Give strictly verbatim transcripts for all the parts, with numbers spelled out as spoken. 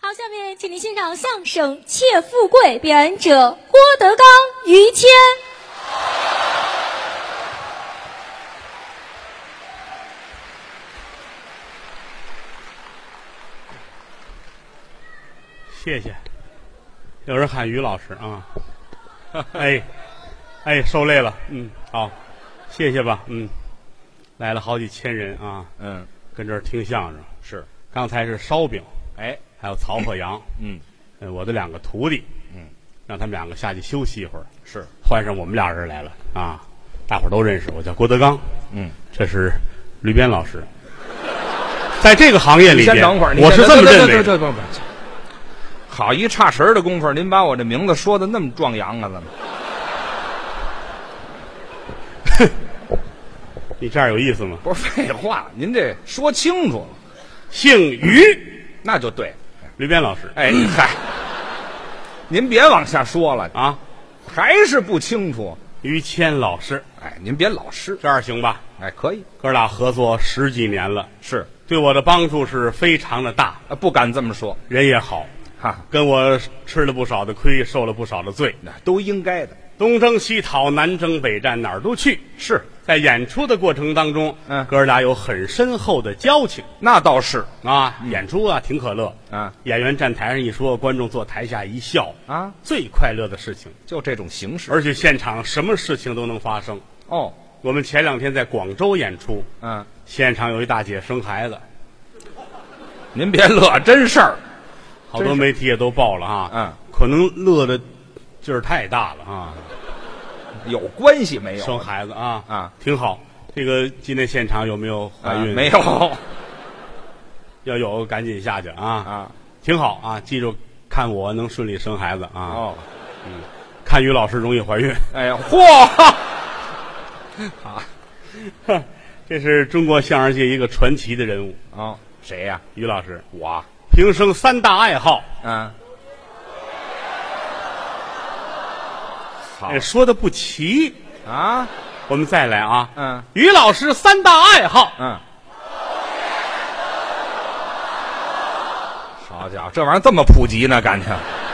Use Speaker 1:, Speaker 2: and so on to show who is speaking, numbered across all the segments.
Speaker 1: 好，下面请您欣赏相声《妾富贵》，表演者郭德纲、于谦。
Speaker 2: 谢谢。有人喊于老师啊，哎，哎，受累了，嗯，好，谢谢吧，嗯，来了好几千人啊，
Speaker 3: 嗯，
Speaker 2: 跟这儿听相声。
Speaker 3: 是，
Speaker 2: 刚才是烧饼，
Speaker 3: 哎，
Speaker 2: 还有曹鹤阳，
Speaker 3: 嗯，
Speaker 2: 呃，我的两个徒弟，
Speaker 3: 嗯，
Speaker 2: 让他们两个下去休息一会儿，
Speaker 3: 是，
Speaker 2: 换上我们俩人来了啊，大伙儿都认识，我叫郭德纲，
Speaker 3: 嗯，
Speaker 2: 这是吕鞭老师，在这个行业里边，
Speaker 3: 先等会儿，
Speaker 2: 我是这么认为的。
Speaker 3: 这这好一差神的功夫，您把我这名字说的那么壮阳啊？怎么？
Speaker 2: 你这样有意思吗？
Speaker 3: 不是废话，您这说清楚了，
Speaker 2: 姓于，
Speaker 3: 那就对。
Speaker 2: 吕鞭老师，
Speaker 3: 哎，嗨，您别往下说了
Speaker 2: 啊，
Speaker 3: 还是不清楚。
Speaker 2: 于谦老师，
Speaker 3: 哎，您别老师，
Speaker 2: 这样行吧？
Speaker 3: 哎，可以，
Speaker 2: 哥俩合作十几年了，
Speaker 3: 是
Speaker 2: 对我的帮助是非常的大，
Speaker 3: 啊，不敢这么说，
Speaker 2: 人也好，
Speaker 3: 哈，
Speaker 2: 跟我吃了不少的亏，受了不少的罪，
Speaker 3: 那都应该的。
Speaker 2: 东征西讨，南征北战，哪儿都去。
Speaker 3: 是
Speaker 2: 在演出的过程当中，
Speaker 3: 嗯
Speaker 2: 哥俩有很深厚的交情
Speaker 3: 那倒是
Speaker 2: 啊。演出啊，挺可乐
Speaker 3: 啊。
Speaker 2: 演员站台上一说，观众坐台下一笑
Speaker 3: 啊，
Speaker 2: 最快乐的事情。
Speaker 3: 就这种形式，
Speaker 2: 而且现场什么事情都能发生。
Speaker 3: 哦，
Speaker 2: 我们前两天在广州演出，
Speaker 3: 嗯，
Speaker 2: 现场有一大姐生孩子，
Speaker 3: 您别乐，真事儿，
Speaker 2: 好多媒体也都报了啊。
Speaker 3: 嗯，
Speaker 2: 可能乐的劲儿太大了啊。
Speaker 3: 有关系没有？
Speaker 2: 生孩子啊
Speaker 3: 啊，
Speaker 2: 挺好。这个今天现场有没有怀孕？
Speaker 3: 啊、没有。
Speaker 2: 要有赶紧下去啊
Speaker 3: 啊，
Speaker 2: 挺好啊。记住，看我能顺利生孩子啊。
Speaker 3: 哦，
Speaker 2: 嗯，看于老师容易怀孕。
Speaker 3: 哎呀，嚯！
Speaker 2: 啊，这是中国相声界一个传奇的人物。
Speaker 3: 哦，谁呀？
Speaker 2: 于老师，
Speaker 3: 我
Speaker 2: 平生三大爱好。
Speaker 3: 嗯。
Speaker 2: 哎，说的不齐
Speaker 3: 啊，
Speaker 2: 我们再来啊。
Speaker 3: 嗯，
Speaker 2: 于老师三大爱好。
Speaker 3: 嗯，好家伙，这玩意儿这么普及呢，感情。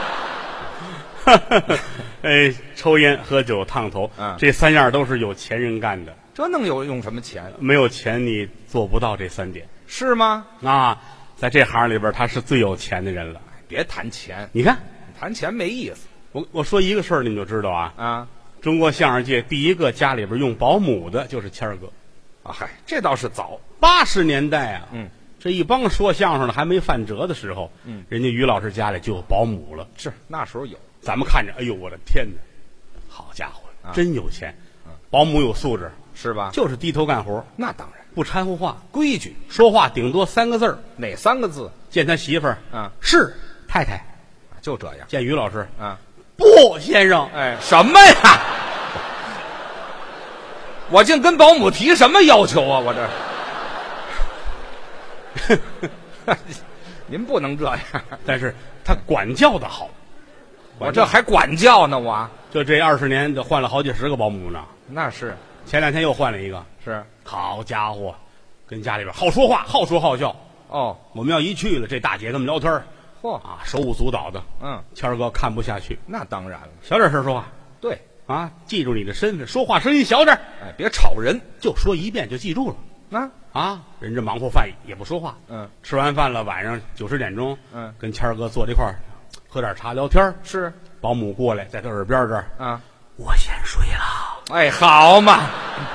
Speaker 2: 哎，抽烟、喝酒、烫头，
Speaker 3: 嗯，
Speaker 2: 这三样都是有钱人干的。
Speaker 3: 这能有用什么钱？
Speaker 2: 没有钱你做不到这三点，
Speaker 3: 是吗？
Speaker 2: 啊，在这行里边他是最有钱的人了。
Speaker 3: 别谈钱，
Speaker 2: 你看，
Speaker 3: 谈钱没意思。
Speaker 2: 我我说一个事儿，你们就知道啊。
Speaker 3: 啊，
Speaker 2: 中国相声界第一个家里边用保姆的就是谦儿哥。
Speaker 3: 啊，嗨，这倒是早。
Speaker 2: 八十年代啊，
Speaker 3: 嗯，
Speaker 2: 这一帮说相声的还没犯辙的时候，
Speaker 3: 嗯，
Speaker 2: 人家于老师家里就有保姆了。
Speaker 3: 是那时候有，
Speaker 2: 咱们看着，哎呦，我的天哪，好家伙，
Speaker 3: 啊、
Speaker 2: 真有钱。
Speaker 3: 嗯，
Speaker 2: 保姆有素质，
Speaker 3: 是吧？
Speaker 2: 就是低头干活。
Speaker 3: 那当然，
Speaker 2: 不掺和话，
Speaker 3: 规矩，
Speaker 2: 说话顶多三个字儿。
Speaker 3: 哪三个字？
Speaker 2: 见他媳妇儿，
Speaker 3: 嗯，
Speaker 2: 是太太，
Speaker 3: 就这样。
Speaker 2: 见于老师，
Speaker 3: 嗯。
Speaker 2: 不，先生，
Speaker 3: 哎，什么呀？我净跟保姆提什么要求啊？我这，您不能这样。
Speaker 2: 但是他管教的好，
Speaker 3: 我这还管教呢，我
Speaker 2: 就这二十年，就换了好几十个保姆呢。
Speaker 3: 那是，
Speaker 2: 前两天又换了一个，
Speaker 3: 是，
Speaker 2: 好家伙，跟家里边好说话，好说好笑。
Speaker 3: 哦，
Speaker 2: 我们要一去了，这大姐跟我们聊天，
Speaker 3: 嚯
Speaker 2: 啊，手舞足蹈的。
Speaker 3: 嗯，
Speaker 2: 谦儿哥看不下去，
Speaker 3: 那当然了，
Speaker 2: 小点声说话。
Speaker 3: 对
Speaker 2: 啊，记住你的身份，说话声音小点。
Speaker 3: 哎，别吵人，
Speaker 2: 就说一遍就记住了。
Speaker 3: 那
Speaker 2: 啊，人这忙活饭也不说话。
Speaker 3: 嗯，
Speaker 2: 吃完饭了，晚上九十点钟，
Speaker 3: 嗯，
Speaker 2: 跟谦儿哥坐这块儿，喝点茶聊天。
Speaker 3: 是，
Speaker 2: 保姆过来，在他耳边这儿
Speaker 3: 啊，
Speaker 2: 我先睡了。
Speaker 3: 哎，好嘛，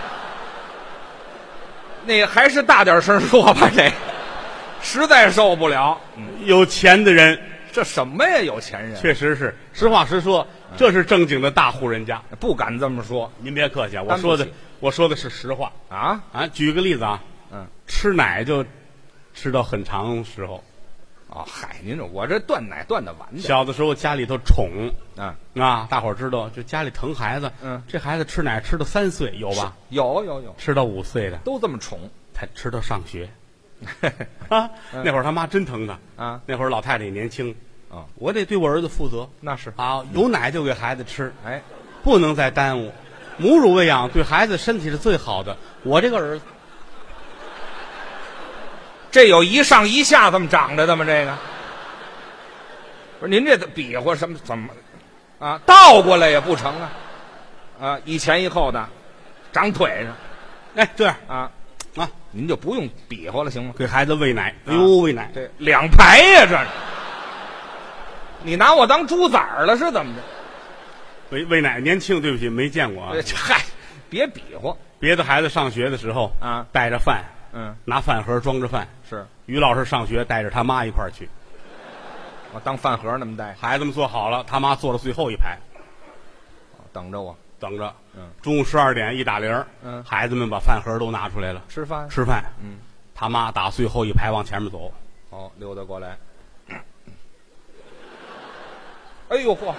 Speaker 3: 那还是大点声说吧，这实在受不了。
Speaker 2: 嗯，有钱的人，
Speaker 3: 这什么呀？有钱人，
Speaker 2: 确实是，实话实说，嗯，这是正经的大户人家。
Speaker 3: 不敢这么说，
Speaker 2: 您别客气啊，我说的我说的是实话
Speaker 3: 啊
Speaker 2: 啊！举个例子啊，
Speaker 3: 嗯，
Speaker 2: 吃奶就吃到很长时候。
Speaker 3: 哦，嗨，您这我这断奶断的晚点。
Speaker 2: 小的时候家里头宠
Speaker 3: 啊
Speaker 2: 啊，大伙儿知道，就家里疼孩子，
Speaker 3: 嗯，
Speaker 2: 这孩子吃奶吃到三岁有吧？
Speaker 3: 有有有，
Speaker 2: 吃到五岁的
Speaker 3: 都这么宠，
Speaker 2: 才吃到上学。啊，嗯，那会儿他妈真疼他
Speaker 3: 啊！
Speaker 2: 那会儿老太太也年轻
Speaker 3: 啊，
Speaker 2: 我得对我儿子负责。
Speaker 3: 那是
Speaker 2: 啊，有奶就给孩子吃，
Speaker 3: 哎，
Speaker 2: 不能再耽误。母乳喂养对孩子身体是最好的。我这个儿子。
Speaker 3: 这有一上一下这么长着的吗？这个不是您这比划什么？怎么啊？倒过来也不成啊！啊，一前一后的，长腿上
Speaker 2: 哎，这样
Speaker 3: 啊
Speaker 2: 啊，
Speaker 3: 您就不用比划了，行吗？
Speaker 2: 给孩子喂奶，哎呦，喂奶，
Speaker 3: 这两排呀，这是。你拿我当猪崽儿了是怎么着？
Speaker 2: 喂喂奶，年轻，对不起，没见过啊。
Speaker 3: 嗨，别比划
Speaker 2: 别的孩子上学的时候
Speaker 3: 啊，
Speaker 2: 带着饭，
Speaker 3: 嗯，
Speaker 2: 拿饭盒装着饭。
Speaker 3: 是
Speaker 2: 于老师上学带着他妈一块儿去，
Speaker 3: 我当饭盒那么带，
Speaker 2: 孩子们坐好了，他妈坐到最后一排，
Speaker 3: 等着我
Speaker 2: 等着。
Speaker 3: 嗯，
Speaker 2: 中午十二点一打铃，
Speaker 3: 嗯，
Speaker 2: 孩子们把饭盒都拿出来了，
Speaker 3: 吃饭
Speaker 2: 吃饭。
Speaker 3: 嗯，
Speaker 2: 他妈打最后一排往前面走。
Speaker 3: 哦，溜达过来。哎呦嚯！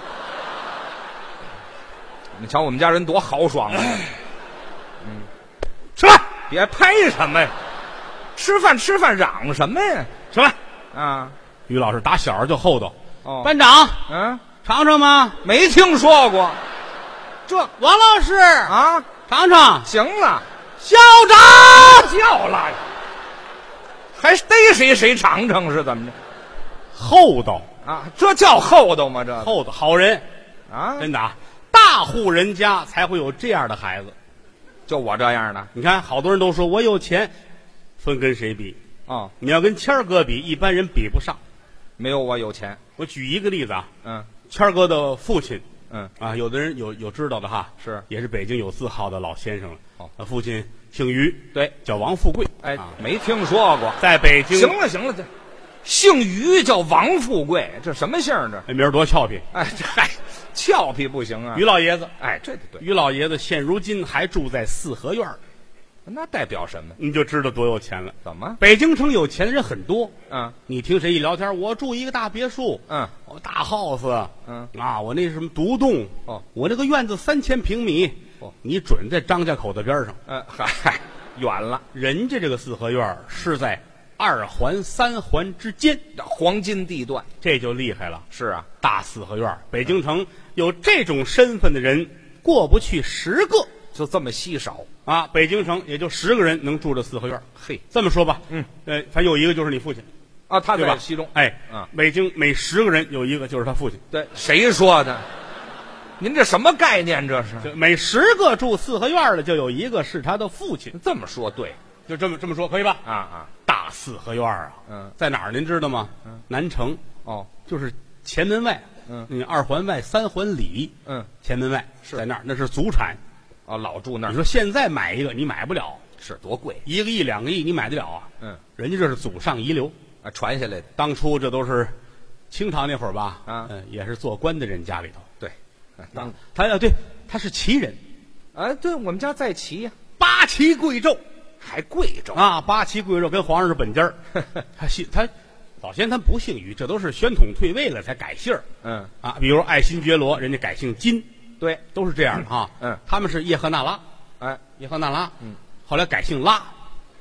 Speaker 3: 你瞧我们家人多豪爽啊！嗯，
Speaker 2: 吃饭，
Speaker 3: 别拍什么呀？吃饭吃饭嚷什么呀？
Speaker 2: 吃饭。
Speaker 3: 啊，
Speaker 2: 于老师打小就厚道。
Speaker 3: 哦，
Speaker 2: 班长，
Speaker 3: 嗯，
Speaker 2: 尝尝吗？
Speaker 3: 没听说过。这
Speaker 2: 王老师
Speaker 3: 啊，
Speaker 2: 尝尝。
Speaker 3: 行了，
Speaker 2: 校长
Speaker 3: 叫了，还逮谁谁尝尝是怎么着？
Speaker 2: 厚道
Speaker 3: 啊，这叫厚道吗？这
Speaker 2: 厚道，好人
Speaker 3: 啊，
Speaker 2: 真的啊，大户人家才会有这样的孩子。
Speaker 3: 就我这样的。
Speaker 2: 你看，好多人都说我有钱，分跟谁比？
Speaker 3: 哦，
Speaker 2: 你要跟谦儿哥比，一般人比不上。
Speaker 3: 没有我有钱。
Speaker 2: 我举一个例子啊，
Speaker 3: 嗯
Speaker 2: 谦儿哥的父亲
Speaker 3: 嗯，
Speaker 2: 啊，有的人有有知道的哈，
Speaker 3: 是
Speaker 2: 也是北京有字号的老先生了。
Speaker 3: 哦，
Speaker 2: 他父亲姓于，
Speaker 3: 对，
Speaker 2: 叫王富贵。
Speaker 3: 哎，
Speaker 2: 啊
Speaker 3: 没听说过。
Speaker 2: 在北京。
Speaker 3: 行了行了，这姓于叫王富贵，这什么姓儿这？
Speaker 2: 这名儿多俏皮。
Speaker 3: 哎，这嗨，俏皮不行啊。
Speaker 2: 于老爷子，
Speaker 3: 哎，这对，
Speaker 2: 于老爷子现如今还住在四合院儿，
Speaker 3: 那代表什么？
Speaker 2: 你就知道多有钱了。
Speaker 3: 怎么？
Speaker 2: 北京城有钱的人很多，
Speaker 3: 嗯
Speaker 2: 你听谁一聊天，我住一个大别墅，
Speaker 3: 嗯
Speaker 2: 我大 house，
Speaker 3: 嗯
Speaker 2: 啊，我那什么独栋，
Speaker 3: 哦，
Speaker 2: 我这个院子三千平米，
Speaker 3: 哦，
Speaker 2: 你准在张家口的边上。
Speaker 3: 呃，嗨，远了，
Speaker 2: 人家这个四合院儿是在二环三环之间，
Speaker 3: 黄金地段。
Speaker 2: 这就厉害了。
Speaker 3: 是啊，
Speaker 2: 大四合院儿，北京城有这种身份的人过不去十个
Speaker 3: 就这么稀少。
Speaker 2: 啊，北京城也就十个人能住这四合院儿。
Speaker 3: 嘿，
Speaker 2: 这么说吧，
Speaker 3: 嗯，
Speaker 2: 呃，反正有一个就是你父亲，
Speaker 3: 啊，他
Speaker 2: 对吧？
Speaker 3: 在西中。
Speaker 2: 哎，
Speaker 3: 嗯，
Speaker 2: 北京每十个人有一个就是他父亲，
Speaker 3: 对，谁说的？您这什么概念？这是？
Speaker 2: 就每十个住四合院儿的就有一个是他的父亲，
Speaker 3: 这么说对
Speaker 2: 就这么这么说可以吧？
Speaker 3: 啊啊，
Speaker 2: 大四合院儿啊，
Speaker 3: 嗯，
Speaker 2: 在哪儿您知道吗？
Speaker 3: 嗯，
Speaker 2: 南城，
Speaker 3: 哦，
Speaker 2: 就是前门外，
Speaker 3: 嗯
Speaker 2: 嗯，二环外三环里，
Speaker 3: 嗯，
Speaker 2: 前门外
Speaker 3: 是
Speaker 2: 在那儿，那是祖产。
Speaker 3: 哦，老住那儿
Speaker 2: 你说现在买一个你买不了，
Speaker 3: 是多贵？
Speaker 2: 一个亿两个亿你买得了啊？
Speaker 3: 嗯，
Speaker 2: 人家这是祖上遗留，
Speaker 3: 啊，传下来的。
Speaker 2: 当初这都是清朝那会儿吧？
Speaker 3: 啊
Speaker 2: 嗯，也是做官的人家里头。
Speaker 3: 对，当
Speaker 2: 他要对他是旗人，
Speaker 3: 哎，对我们家在齐呀，
Speaker 2: 八旗贵胄
Speaker 3: 还贵州
Speaker 2: 啊，八旗贵胄跟皇上是本家儿。他姓他早先他不姓于，这都是宣统退位了才改姓儿
Speaker 3: 嗯，
Speaker 2: 啊。比如爱新觉罗，人家改姓金，
Speaker 3: 对，
Speaker 2: 都是这样的哈。
Speaker 3: 嗯，
Speaker 2: 他们是叶赫那拉，
Speaker 3: 哎，
Speaker 2: 叶赫那拉，
Speaker 3: 嗯，
Speaker 2: 后来改姓拉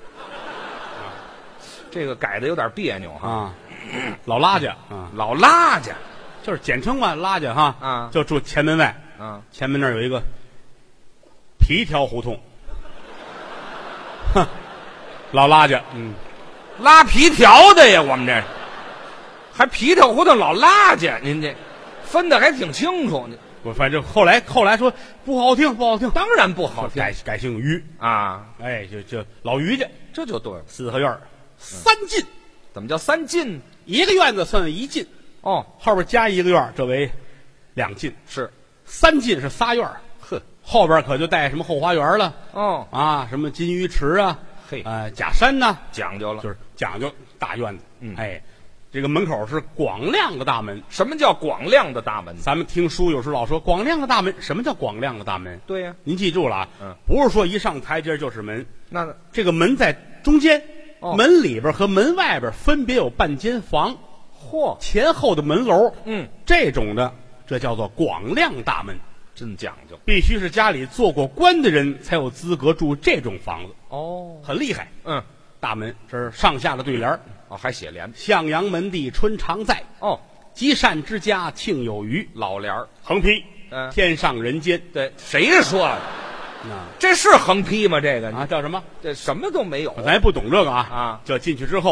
Speaker 3: 这个改的有点别扭哈。
Speaker 2: 啊，老拉家啊，
Speaker 3: 老拉家
Speaker 2: 就是简称嘛，拉家哈
Speaker 3: 啊
Speaker 2: 就住前门外，
Speaker 3: 啊，
Speaker 2: 前门那儿有一个皮条胡同，哼，老拉家，嗯，
Speaker 3: 拉皮条的呀，我们这是还皮条胡同老拉家，您这分的还挺清楚。
Speaker 2: 我反正后来后来说不好听不好听，
Speaker 3: 当然不好听
Speaker 2: 改改姓于，
Speaker 3: 啊，
Speaker 2: 哎，就就老于家
Speaker 3: 这就对了。
Speaker 2: 四合院儿三进，
Speaker 3: 怎么叫三进？
Speaker 2: 一个院子算一进，
Speaker 3: 哦，
Speaker 2: 后边加一个院儿这为两进，
Speaker 3: 是，
Speaker 2: 三进是仨院儿
Speaker 3: 呵，
Speaker 2: 后边可就带什么后花园了
Speaker 3: 哦，
Speaker 2: 啊，什么金鱼池啊，
Speaker 3: 嘿
Speaker 2: 啊、假山呐、
Speaker 3: 讲究了。
Speaker 2: 就是讲究大院子，
Speaker 3: 嗯
Speaker 2: 哎，这个门口是广亮的大门。
Speaker 3: 什么叫广亮的大门？
Speaker 2: 咱们听书有时候老说广亮的大门，什么叫广亮的大门？
Speaker 3: 对呀、
Speaker 2: 您记住了啊，
Speaker 3: 嗯，
Speaker 2: 不是说一上台阶就是门，
Speaker 3: 那
Speaker 2: 这个门在中间，
Speaker 3: 哦
Speaker 2: 门里边和门外边分别有半间房，
Speaker 3: 嚯，
Speaker 2: 前后的门楼，
Speaker 3: 嗯，
Speaker 2: 这种的这叫做广亮大门，
Speaker 3: 真讲究
Speaker 2: 必须是家里做过官的人才有资格住这种房子，
Speaker 3: 哦。
Speaker 2: 很厉害。
Speaker 3: 嗯，
Speaker 2: 大门这是上下的对联儿，
Speaker 3: 哦，还写联
Speaker 2: 向阳门第春常在，
Speaker 3: 哦，
Speaker 2: 积善之家庆有余。
Speaker 3: 老联儿。
Speaker 2: 横批：
Speaker 3: 嗯
Speaker 2: 天上人间。
Speaker 3: 对，谁说的？
Speaker 2: 啊
Speaker 3: 这是横批吗？这个
Speaker 2: 啊，叫什么？
Speaker 3: 这什么都没有。
Speaker 2: 咱也不懂这个啊
Speaker 3: 啊
Speaker 2: 就进去之后，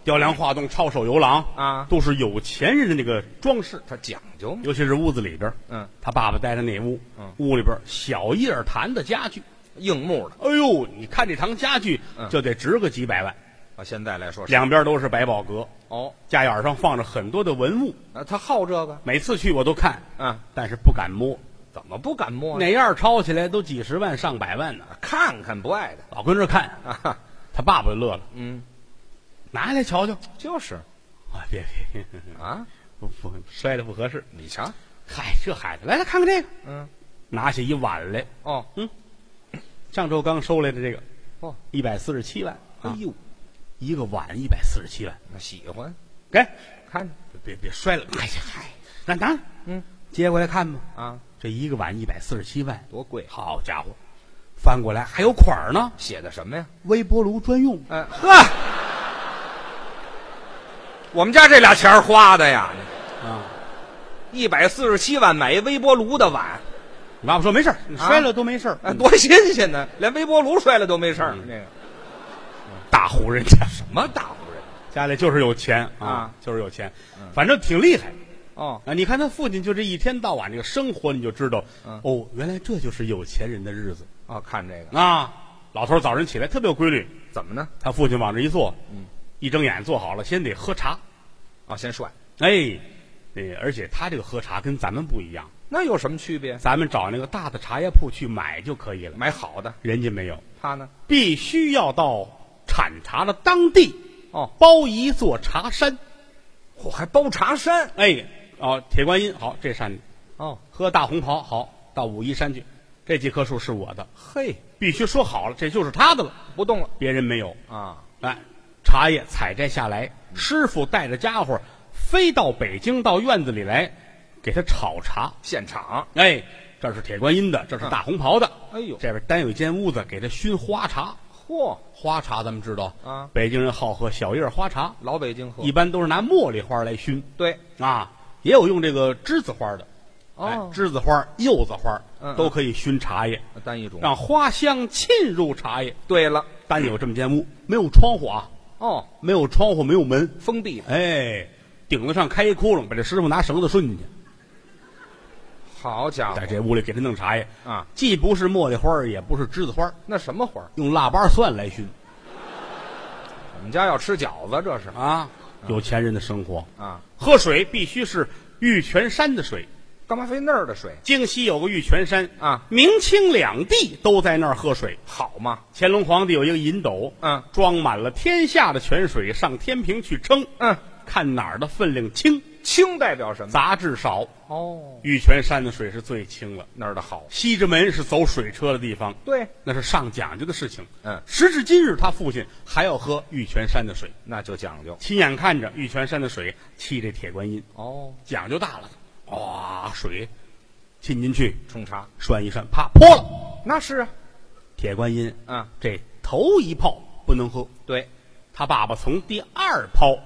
Speaker 2: 雕梁画栋、抄手游廊
Speaker 3: 啊
Speaker 2: 都是有钱人的那个装饰。
Speaker 3: 他讲究嘛。
Speaker 2: 尤其是屋子里边，
Speaker 3: 嗯，
Speaker 2: 他爸爸待的那屋，
Speaker 3: 嗯，
Speaker 2: 屋里边小叶檀的家具，
Speaker 3: 硬木的。
Speaker 2: 哎呦，你看这堂家具，
Speaker 3: 嗯
Speaker 2: 就得值个几百万。
Speaker 3: 啊，现在来说是
Speaker 2: 两边都是百宝阁，
Speaker 3: 哦，
Speaker 2: 家眼上放着很多的文物，
Speaker 3: 啊，他好这个。
Speaker 2: 每次去我都看，
Speaker 3: 嗯，
Speaker 2: 但是不敢摸，
Speaker 3: 怎么不敢摸呢？
Speaker 2: 哪样抄起来都几十万上百万呢。
Speaker 3: 看看不爱的
Speaker 2: 老跟这看，
Speaker 3: 啊。
Speaker 2: 他爸爸就乐了，
Speaker 3: 嗯，
Speaker 2: 拿来瞧瞧。
Speaker 3: 就是
Speaker 2: 啊，别别
Speaker 3: 啊，
Speaker 2: 不不摔的不合适。
Speaker 3: 你瞧，
Speaker 2: 嗨，这孩子，来来看看这个。
Speaker 3: 嗯，
Speaker 2: 拿起一碗来，
Speaker 3: 哦，
Speaker 2: 上周刚收来的这个，
Speaker 3: 哦，
Speaker 2: 一百四十七万。啊，
Speaker 3: 哎呦，
Speaker 2: 一个碗一百四十七万，
Speaker 3: 那喜欢，
Speaker 2: 给，
Speaker 3: 看
Speaker 2: 别别摔了。哎呀嗨，那拿，
Speaker 3: 嗯，
Speaker 2: 接过来看吧。
Speaker 3: 啊，
Speaker 2: 这一个碗一百四十七万，
Speaker 3: 多贵！
Speaker 2: 好家伙，翻过来还有款儿呢，
Speaker 3: 写的什么呀？
Speaker 2: 微波炉专用。
Speaker 3: 哎呵，我们家这俩钱儿花的呀，
Speaker 2: 啊，
Speaker 3: 一百四十七万买一微波炉的碗，
Speaker 2: 你爸爸说没事儿，你摔了都没事儿。
Speaker 3: 哎，多新鲜呢！连微波炉摔了都没事儿。这个
Speaker 2: 大户人家
Speaker 3: 什么大户人？
Speaker 2: 家里就是有钱啊
Speaker 3: 啊，
Speaker 2: 就是有钱，反正挺厉害
Speaker 3: 哦，
Speaker 2: 啊。你看他父亲就这一天到晚这个生活，你就知道
Speaker 3: 嗯
Speaker 2: 哦，原来这就是有钱人的日子
Speaker 3: 哦，看这个
Speaker 2: 啊。老头儿早晨起来特别有规律，
Speaker 3: 怎么呢？
Speaker 2: 他父亲往这一坐，
Speaker 3: 嗯，
Speaker 2: 一睁眼坐好了，先得喝茶。
Speaker 3: 哦，先涮。
Speaker 2: 哎，呃，而且他这个喝茶跟咱们不一样，
Speaker 3: 那有什么区别？
Speaker 2: 咱们找那个大的茶叶铺去买就可以了，
Speaker 3: 买好的，
Speaker 2: 人家没有，
Speaker 3: 他呢？
Speaker 2: 必须要到产茶的当地
Speaker 3: 哦，
Speaker 2: 包一座茶山。
Speaker 3: 嚯，还包茶山。
Speaker 2: 哎，哦，铁观音好，这山
Speaker 3: 哦，
Speaker 2: 喝大红袍好，到武夷山去，这几棵树是我的，
Speaker 3: 嘿，
Speaker 2: 必须说好了，这就是他的了，
Speaker 3: 不动了
Speaker 2: 别人没有。
Speaker 3: 啊！
Speaker 2: 哎，茶叶采摘下来，师傅带着家伙飞到北京，到院子里来给他炒茶。
Speaker 3: 现场。
Speaker 2: 哎，这是铁观音的，这是大红袍的。
Speaker 3: 哎呦，
Speaker 2: 这边单有一间屋子给他熏花茶。
Speaker 3: 嚯，
Speaker 2: 花茶咱们知道
Speaker 3: 啊，
Speaker 2: 北京人好喝小叶花茶，
Speaker 3: 老北京喝。
Speaker 2: 一般都是拿茉莉花来熏
Speaker 3: 对，
Speaker 2: 啊，也有用这个栀子花的。
Speaker 3: 哦
Speaker 2: 哎，栀子花、柚子花
Speaker 3: 嗯嗯
Speaker 2: 都可以熏茶叶，
Speaker 3: 单一种。
Speaker 2: 让花香沁入茶叶。
Speaker 3: 对了，
Speaker 2: 单有这么间屋，没有窗户啊，
Speaker 3: 哦，
Speaker 2: 没有窗户，没有门，
Speaker 3: 封闭的。
Speaker 2: 哎，顶子上开一窟窿，把这师傅拿绳子顺进去，
Speaker 3: 好家伙
Speaker 2: 在这屋里给他弄茶叶，
Speaker 3: 啊！
Speaker 2: 既不是茉莉花，也不是栀子花，
Speaker 3: 那什么花儿？
Speaker 2: 用腊八蒜来熏
Speaker 3: 我们家要吃饺子，这是
Speaker 2: 啊。有钱人的生活，
Speaker 3: 啊？
Speaker 2: 喝水必须是玉泉山的水。
Speaker 3: 干嘛非那儿的水？
Speaker 2: 京西有个玉泉山
Speaker 3: 啊，
Speaker 2: 明清两地都在那儿喝水。
Speaker 3: 好嘛？
Speaker 2: 乾隆皇帝有一个银斗，
Speaker 3: 嗯，
Speaker 2: 装满了天下的泉水，上天平去称，
Speaker 3: 嗯，
Speaker 2: 看哪儿的分量轻，
Speaker 3: 清代表什么？
Speaker 2: 杂质少。
Speaker 3: 哦，
Speaker 2: 玉泉山的水是最清了。
Speaker 3: 那儿的好。
Speaker 2: 西直门是走水车的地方，
Speaker 3: 对，
Speaker 2: 那是上讲究的事情。
Speaker 3: 嗯，
Speaker 2: 时至今日，他父亲还要喝玉泉山的水，
Speaker 3: 那就讲究。
Speaker 2: 亲眼看着玉泉山的水沏这铁观音，
Speaker 3: 哦，
Speaker 2: 讲究大了。哇，水浸进去，
Speaker 3: 冲茶。
Speaker 2: 涮一涮，啪泼了。
Speaker 3: 那是啊。
Speaker 2: 铁观音，
Speaker 3: 嗯，
Speaker 2: 这头一泡不能喝，
Speaker 3: 对，
Speaker 2: 他爸爸从第二泡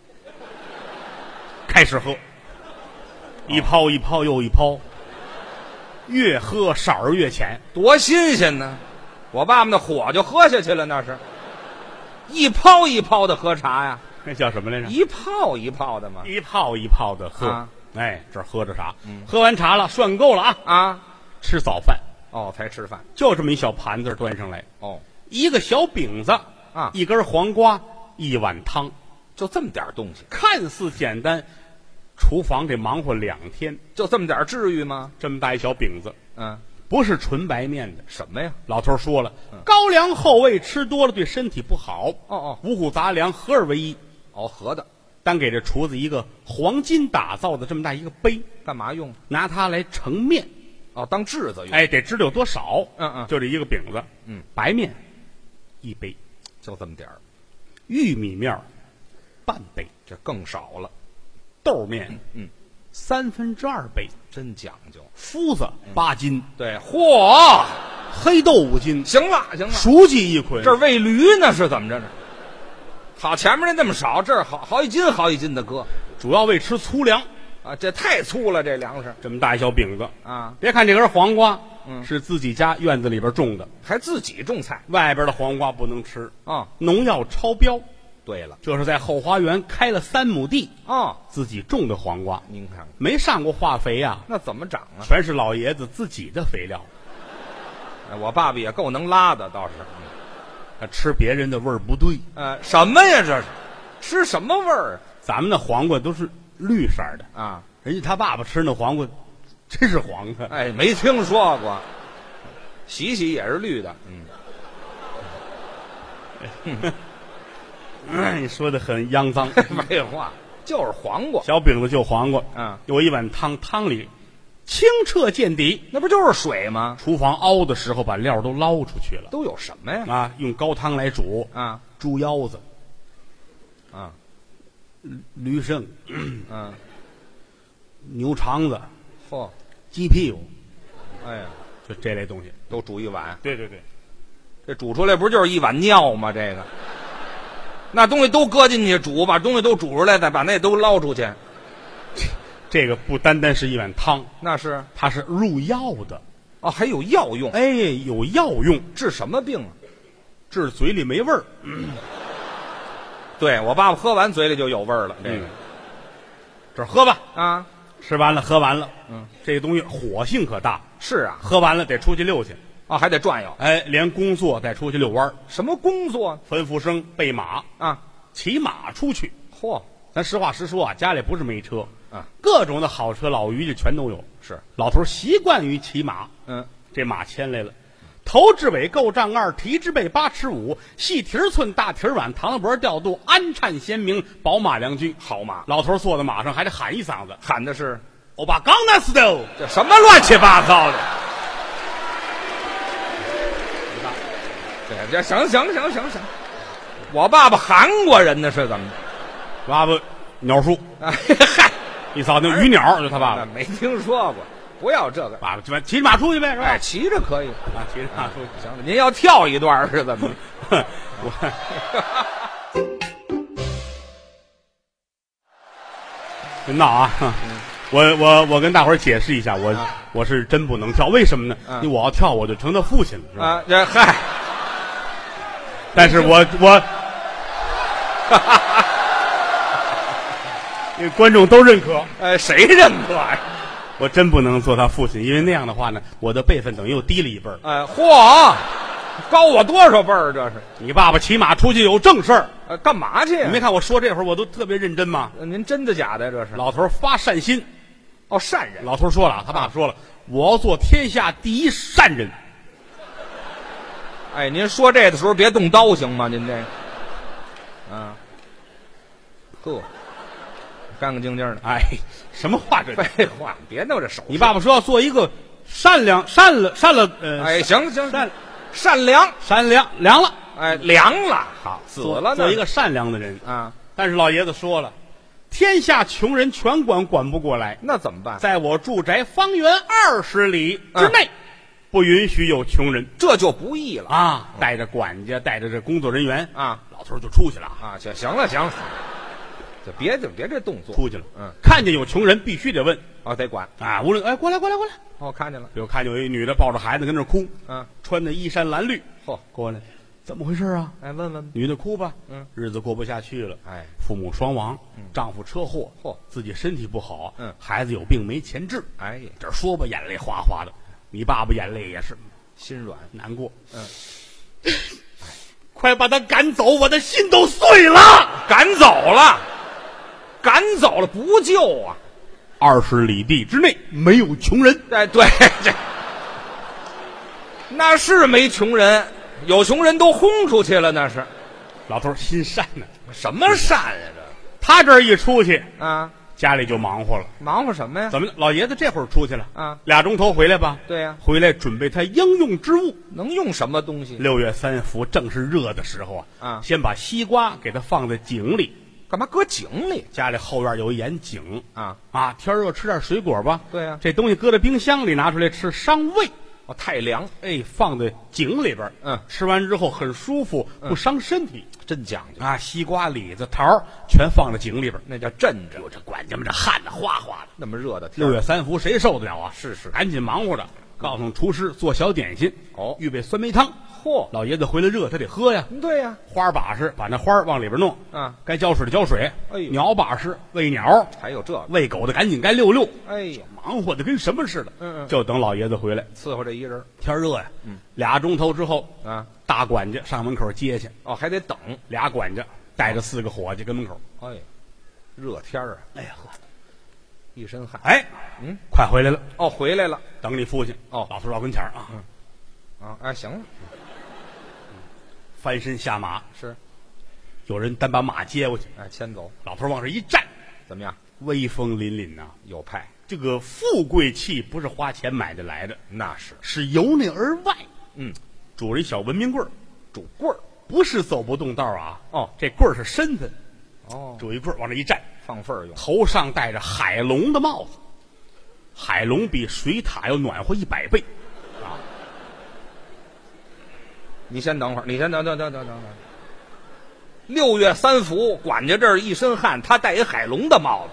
Speaker 2: 开始喝，一泡一泡又一泡，越喝色儿越浅。
Speaker 3: 多新鲜呢！我爸爸那火就喝下去了，那是一泡一泡的喝茶呀，
Speaker 2: 那叫什么来着？
Speaker 3: 一泡一泡的嘛。
Speaker 2: 一泡一泡的喝。
Speaker 3: 啊
Speaker 2: 哎，这儿喝着茶，
Speaker 3: 嗯
Speaker 2: 喝完茶了，涮够了啊，
Speaker 3: 啊，
Speaker 2: 吃早饭，
Speaker 3: 哦，才吃饭。
Speaker 2: 就这么一小盘子端上来，
Speaker 3: 哦，
Speaker 2: 一个小饼子
Speaker 3: 啊
Speaker 2: 一根黄瓜，一碗汤，
Speaker 3: 就这么点东西，
Speaker 2: 看似简单，厨房得忙活两天。
Speaker 3: 就这么点至于吗？
Speaker 2: 这么大一小饼子，
Speaker 3: 嗯，
Speaker 2: 不是纯白面的。
Speaker 3: 什么呀？
Speaker 2: 老头说了，高粱厚味吃多了对身体不好。
Speaker 3: 哦哦
Speaker 2: 五谷杂粮合二为一。
Speaker 3: 哦，合的。
Speaker 2: 单给这厨子一个黄金打造的这么大一个杯，
Speaker 3: 干嘛用？
Speaker 2: 拿它来盛面。
Speaker 3: 哦，当炙子用。
Speaker 2: 哎，得知道有多少。
Speaker 3: 嗯嗯
Speaker 2: 就这一个饼子。
Speaker 3: 嗯，
Speaker 2: 白面一杯，
Speaker 3: 就这么点儿，
Speaker 2: 玉米面儿半杯，
Speaker 3: 这更少了。
Speaker 2: 豆面
Speaker 3: 嗯，
Speaker 2: 三分之二杯，
Speaker 3: 真讲究。
Speaker 2: 麸子八斤，
Speaker 3: 对，嚯，
Speaker 2: 黑豆五斤，
Speaker 3: 行了行了，
Speaker 2: 熟鸡一捆。
Speaker 3: 这喂驴呢是怎么着呢？好，前面那那么少，这儿好好几斤好几斤的搁
Speaker 2: 主要为吃粗粮。
Speaker 3: 啊，这太粗了，这粮食
Speaker 2: 这么大一小饼子
Speaker 3: 啊，
Speaker 2: 别看这根黄瓜，
Speaker 3: 嗯
Speaker 2: 是自己家院子里边种的，
Speaker 3: 还自己种菜
Speaker 2: 外边的黄瓜不能吃，
Speaker 3: 啊？
Speaker 2: 农药超标。
Speaker 3: 对了，
Speaker 2: 这是在后花园开了三亩地，
Speaker 3: 哦，
Speaker 2: 自己种的黄瓜，
Speaker 3: 您看看
Speaker 2: 没上过化肥呀、啊，
Speaker 3: 那怎么长啊？
Speaker 2: 全是老爷子自己的肥料。
Speaker 3: 哎我爸爸也够能拉的，倒是。
Speaker 2: 他吃别人的味儿不对。
Speaker 3: 呃，什么呀？这是吃什么味儿
Speaker 2: 咱们的黄瓜都是绿色的
Speaker 3: 啊？
Speaker 2: 人家他爸爸吃那黄瓜，真是黄的。
Speaker 3: 哎，没听说过。洗洗也是绿的，嗯。
Speaker 2: 嗯，你说的很肮脏。
Speaker 3: 废话，就是黄瓜。
Speaker 2: 小饼子就黄瓜，
Speaker 3: 嗯，
Speaker 2: 有一碗汤，汤里清澈见底，
Speaker 3: 那不就是水吗？
Speaker 2: 厨房熬的时候把料都捞出去了。
Speaker 3: 都有什么呀？
Speaker 2: 啊，用高汤来煮
Speaker 3: 啊，
Speaker 2: 猪腰子，
Speaker 3: 啊，
Speaker 2: 驴肾，
Speaker 3: 嗯，
Speaker 2: 牛肠子，
Speaker 3: 嚯，
Speaker 2: 鸡屁股，
Speaker 3: 哎呀，
Speaker 2: 就这类东西
Speaker 3: 都煮一碗。
Speaker 2: 对对对，
Speaker 3: 这煮出来不就是一碗尿吗？这个，那东西都搁进去煮，把东西都煮出来，再把那都捞出去。
Speaker 2: 这个不单单是一碗汤，
Speaker 3: 那是
Speaker 2: 它是入药的。
Speaker 3: 哦，还有药用。
Speaker 2: 哎，有药用，
Speaker 3: 治什么病啊？
Speaker 2: 治嘴里没味儿。
Speaker 3: 嗯、对我爸爸喝完嘴里就有味儿了。这个，嗯、
Speaker 2: 这喝吧
Speaker 3: 啊，
Speaker 2: 吃完了喝完了。
Speaker 3: 嗯，
Speaker 2: 这个东西火性可大。
Speaker 3: 是啊，
Speaker 2: 喝完了得出去溜去。
Speaker 3: 啊，还得转悠。
Speaker 2: 哎，连工作带出去遛弯。
Speaker 3: 什么工作？
Speaker 2: 吩咐声备马
Speaker 3: 啊，
Speaker 2: 骑马出去。
Speaker 3: 嚯，
Speaker 2: 咱实话实说啊，家里不是没车
Speaker 3: 啊，
Speaker 2: 各种的好车老鱼就全都有。
Speaker 3: 是，
Speaker 2: 老头习惯于骑马。
Speaker 3: 嗯，
Speaker 2: 这马牵来了，头至尾够丈二，蹄至背八尺五，细蹄寸，大蹄软，唐脖调度，安颤鲜明，宝马良驹。
Speaker 3: 好马，
Speaker 2: 老头坐在马上还得喊一嗓子，
Speaker 3: 喊的是
Speaker 2: 欧巴刚那 style，
Speaker 3: 这什么乱七八糟的。对，这行行行行行，我爸爸韩国人呢是怎么的？
Speaker 2: 爸爸鸟叔，
Speaker 3: 哎嗨，
Speaker 2: 一扫那鱼鸟就他爸爸，
Speaker 3: 没听说过，不要这个。
Speaker 2: 爸爸骑骑马出去呗，是吧？
Speaker 3: 哎，骑着可以
Speaker 2: 啊，骑着马出去。
Speaker 3: 行了，您要跳一段是怎么？
Speaker 2: 我别闹啊！我我我跟大伙儿解释一下，我、啊、我是真不能跳，为什么呢？啊、因为我要跳，我就成他父亲了，是吧？
Speaker 3: 啊，这嗨。
Speaker 2: 但是我我，因为观众都认可，
Speaker 3: 呃，谁认可呀？
Speaker 2: 我真不能做他父亲，因为那样的话呢，我的辈分等于又低了一辈儿。
Speaker 3: 呃，嚯，高我多少辈儿？这是
Speaker 2: 你爸爸骑马出去有正事儿，
Speaker 3: 呃，干嘛去、啊？
Speaker 2: 你没看我说这会儿我都特别认真吗？
Speaker 3: 呃、您真的假的？这是
Speaker 2: 老头发善心，
Speaker 3: 哦，善人。
Speaker 2: 老头说了，他爸爸说了，啊、我要做天下第一善人。
Speaker 3: 哎，您说这的时候别动刀行吗？您这个，啊，呵，干干净净的。
Speaker 2: 哎，什么话这？
Speaker 3: 废话，别弄这手。
Speaker 2: 你爸爸说要做一个善良、善了、善了，呃，
Speaker 3: 哎，行行，
Speaker 2: 善
Speaker 3: 善良、
Speaker 2: 善良凉了，
Speaker 3: 哎，凉了，
Speaker 2: 好，
Speaker 3: 死了呢。
Speaker 2: 做一个善良的人
Speaker 3: 啊！
Speaker 2: 但是老爷子说了，天下穷人全管管不过来，
Speaker 3: 那怎么办？
Speaker 2: 在我住宅方圆二十里之内。嗯，不允许有穷人，
Speaker 3: 这就不易了
Speaker 2: 啊！带着管家，带着这工作人员
Speaker 3: 啊，
Speaker 2: 老头就出去了
Speaker 3: 啊！行行了行了，就别就别这动作，
Speaker 2: 出去了。
Speaker 3: 嗯，
Speaker 2: 看见有穷人必须得问，
Speaker 3: 哦，得管
Speaker 2: 啊！无论哎，过来过来过来，
Speaker 3: 哦，看见了，
Speaker 2: 有看见有一女的抱着孩子跟那哭，
Speaker 3: 嗯，
Speaker 2: 穿的衣衫蓝绿，
Speaker 3: 嚯，
Speaker 2: 过来，怎么回事啊？
Speaker 3: 哎，问问，
Speaker 2: 女的哭吧，
Speaker 3: 嗯，
Speaker 2: 日子过不下去了，
Speaker 3: 哎，
Speaker 2: 父母双亡，
Speaker 3: 嗯，
Speaker 2: 丈夫车祸，
Speaker 3: 嚯，
Speaker 2: 自己身体不好，
Speaker 3: 嗯，
Speaker 2: 孩子有病没钱治，
Speaker 3: 哎，
Speaker 2: 这说吧，眼泪哗哗的，你爸爸眼泪也是。
Speaker 3: 心软
Speaker 2: 难过，
Speaker 3: 嗯，
Speaker 2: 快把他赶走，我的心都碎了。
Speaker 3: 赶走了，赶走了不救啊！
Speaker 2: 二十里地之内没有穷人。
Speaker 3: 哎，对，这那是没穷人，有穷人都轰出去了。那是
Speaker 2: 老头心善呢、
Speaker 3: 啊，什么善呀、啊？这
Speaker 2: 他这儿一出去
Speaker 3: 啊，
Speaker 2: 家里就忙活了。
Speaker 3: 忙活什么呀？
Speaker 2: 怎么老爷子这会儿出去了
Speaker 3: 啊？
Speaker 2: 俩钟头回来吧？
Speaker 3: 对呀、啊，
Speaker 2: 回来准备他应用之物。
Speaker 3: 能用什么东西？
Speaker 2: 六月三伏正是热的时候啊！
Speaker 3: 啊，
Speaker 2: 先把西瓜给它放在井里。
Speaker 3: 干嘛搁井里？
Speaker 2: 家里后院有一眼井
Speaker 3: 啊
Speaker 2: 啊！天热吃点水果吧。
Speaker 3: 对呀、啊，
Speaker 2: 这东西搁在冰箱里拿出来吃伤胃。
Speaker 3: 哦，太凉。
Speaker 2: 哎，放在井里边，
Speaker 3: 嗯，
Speaker 2: 吃完之后很舒服，不伤身体。
Speaker 3: 真讲究
Speaker 2: 啊！西瓜、李子、桃全放在井里边，
Speaker 3: 那叫镇着。
Speaker 2: 有这管家们这汗的哗哗的。
Speaker 3: 那么热的天，
Speaker 2: 六月三伏谁受得了啊？
Speaker 3: 是是，
Speaker 2: 赶紧忙活着，告诉厨师做小点心。
Speaker 3: 哦，
Speaker 2: 预备酸梅汤。
Speaker 3: 嚯，
Speaker 2: 老爷子回来热，他得喝呀。
Speaker 3: 对呀，
Speaker 2: 花把式把那花儿往里边弄，
Speaker 3: 啊，
Speaker 2: 该浇水的浇水。
Speaker 3: 哎呦，
Speaker 2: 鸟把式喂鸟，
Speaker 3: 还有这个，
Speaker 2: 喂狗的赶紧该溜溜。
Speaker 3: 哎呀，
Speaker 2: 忙活的跟什么似的。
Speaker 3: 嗯嗯，
Speaker 2: 就等老爷子回来
Speaker 3: 伺候这一人。
Speaker 2: 天热呀，
Speaker 3: 嗯，
Speaker 2: 俩钟头之后
Speaker 3: 啊，
Speaker 2: 大管家上门口接去。
Speaker 3: 哦，还得等。
Speaker 2: 俩管家带着四个伙计跟门口。
Speaker 3: 哎，热天啊，
Speaker 2: 哎呀呵，
Speaker 3: 一身汗。
Speaker 2: 哎，
Speaker 3: 嗯，
Speaker 2: 快回来了。
Speaker 3: 哦，回来了。
Speaker 2: 等你父亲。
Speaker 3: 哦，
Speaker 2: 老头到跟前儿啊。
Speaker 3: 嗯，啊，哎，行了。
Speaker 2: 翻身下马，
Speaker 3: 是，
Speaker 2: 有人单把马接过去，
Speaker 3: 哎，牵走。
Speaker 2: 老头往这一站，
Speaker 3: 怎么样？
Speaker 2: 威风凛凛呐、
Speaker 3: 有派。
Speaker 2: 这个富贵气不是花钱买得来的，
Speaker 3: 那是，
Speaker 2: 是由内而外。
Speaker 3: 嗯，
Speaker 2: 拄着一小文明棍儿，
Speaker 3: 拄棍儿，
Speaker 2: 不是走不动道啊。
Speaker 3: 哦，
Speaker 2: 这棍儿是身份。
Speaker 3: 哦，
Speaker 2: 拄一棍儿往这一站，
Speaker 3: 放份儿用。
Speaker 2: 头上戴着海龙的帽子，海龙比水獭要暖和一百倍。啊，
Speaker 3: 你先等会儿，你先等等等等等等。六月三伏，管家这儿一身汗，他戴一海龙的帽子。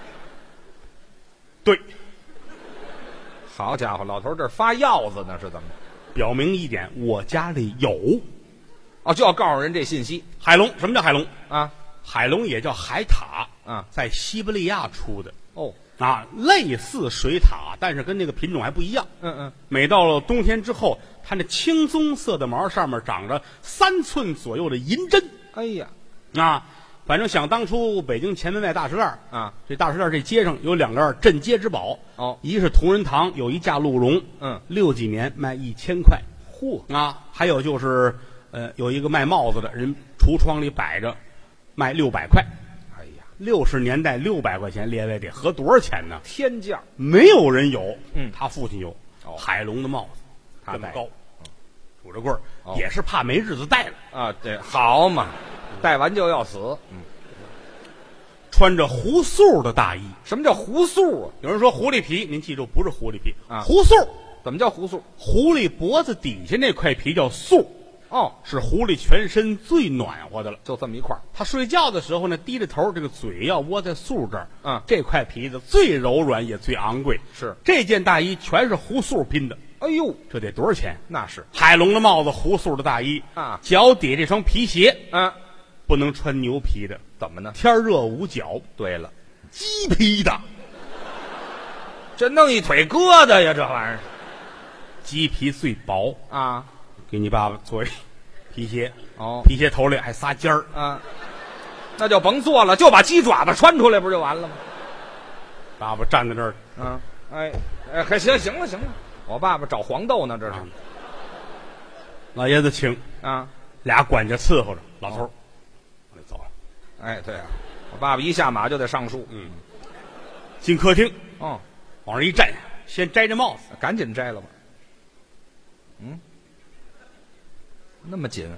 Speaker 2: 对，
Speaker 3: 好家伙，老头这儿发药子呢，是怎么着？
Speaker 2: 表明一点，我家里有
Speaker 3: 哦，就要告诉人这信息
Speaker 2: 海龙。什么叫海龙？
Speaker 3: 啊？
Speaker 2: 海龙也叫海獭
Speaker 3: 啊，
Speaker 2: 在西伯利亚出的。
Speaker 3: 哦，
Speaker 2: 啊，类似水獭，但是跟那个品种还不一样。
Speaker 3: 嗯嗯，
Speaker 2: 每到了冬天之后，它那青棕色的毛上面长着三寸左右的银针。
Speaker 3: 哎呀，
Speaker 2: 啊，反正想当初北京前门外大石栏
Speaker 3: 啊，
Speaker 2: 这大石栏这街上有两个镇街之宝。
Speaker 3: 哦，
Speaker 2: 一是同仁堂有一架鹿茸，
Speaker 3: 嗯，
Speaker 2: 六几年卖一千块。
Speaker 3: 嚯
Speaker 2: 啊，还有就是呃，有一个卖帽子的人，橱窗里摆着，卖六百块。
Speaker 3: 哎呀，
Speaker 2: 六十年代六百块钱，列位得合多少钱呢？
Speaker 3: 天价，
Speaker 2: 没有人有。
Speaker 3: 嗯，
Speaker 2: 他父亲有。
Speaker 3: 哦，
Speaker 2: 海龙的帽子，
Speaker 3: 他戴
Speaker 2: 这么高，拄着棍儿，
Speaker 3: 哦
Speaker 2: 也是怕没日子戴了。
Speaker 3: 啊，对，好嘛，戴完就要死。嗯，
Speaker 2: 穿着狐素的大衣。
Speaker 3: 什么叫狐素啊？
Speaker 2: 有人说狐狸皮，您记住不是狐狸皮
Speaker 3: 啊，
Speaker 2: 狐素。
Speaker 3: 怎么叫狐素？
Speaker 2: 狐狸脖子底下那块皮叫素。
Speaker 3: 哦，
Speaker 2: 是狐狸全身最暖和的了。
Speaker 3: 就这么一块儿。
Speaker 2: 它睡觉的时候呢，低着头，这个嘴要窝在素这儿。
Speaker 3: 嗯，
Speaker 2: 这块皮子最柔软也最昂贵。
Speaker 3: 是，
Speaker 2: 这件大衣全是狐素拼的。
Speaker 3: 哎呦，
Speaker 2: 这得多少钱？
Speaker 3: 那是
Speaker 2: 海龙的帽子，狐素的大衣
Speaker 3: 啊，
Speaker 2: 脚底这双皮鞋，
Speaker 3: 嗯，
Speaker 2: 不能穿牛皮的。
Speaker 3: 怎么呢？
Speaker 2: 天热捂脚。
Speaker 3: 对了，
Speaker 2: 鸡皮的，
Speaker 3: 这弄一腿疙瘩呀，这玩意儿。
Speaker 2: 鸡皮最薄
Speaker 3: 啊，
Speaker 2: 给你爸爸做一皮鞋。
Speaker 3: 哦，
Speaker 2: 皮鞋头里还仨尖儿。
Speaker 3: 啊，那就甭做了，就把鸡爪子穿出来不就完了吗？
Speaker 2: 爸爸站在这儿。
Speaker 3: 啊，哎哎，还行行了行了，我爸爸找黄豆呢，这是。
Speaker 2: 啊、老爷子请
Speaker 3: 啊，
Speaker 2: 俩管家伺候着老头儿。我、哦、走了。
Speaker 3: 哎，对啊，我爸爸一下马就得上树。
Speaker 2: 嗯，进客厅。
Speaker 3: 哦，
Speaker 2: 往这一站，先摘着帽子，
Speaker 3: 赶紧摘了吧。嗯，那么紧。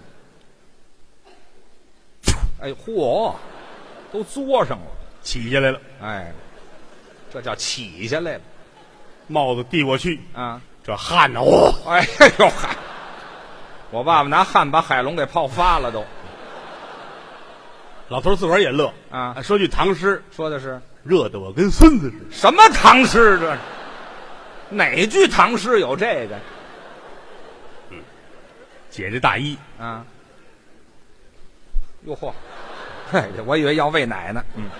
Speaker 3: 哎，嚯，都作上了，
Speaker 2: 起下来了。
Speaker 3: 哎，这叫起下来了。
Speaker 2: 帽子递过去
Speaker 3: 啊，
Speaker 2: 这汗呢，哦，
Speaker 3: 哎呦嗨！我爸爸拿汗把海龙给泡发了都。
Speaker 2: 老头自个儿也乐
Speaker 3: 啊，
Speaker 2: 说句唐诗，
Speaker 3: 说的是
Speaker 2: 热得我跟孙子似的。
Speaker 3: 什么唐诗这？哪句唐诗有这个？
Speaker 2: 嗯，解这大衣
Speaker 3: 啊。哟嚯！嘿，我以为要喂奶呢。嗯。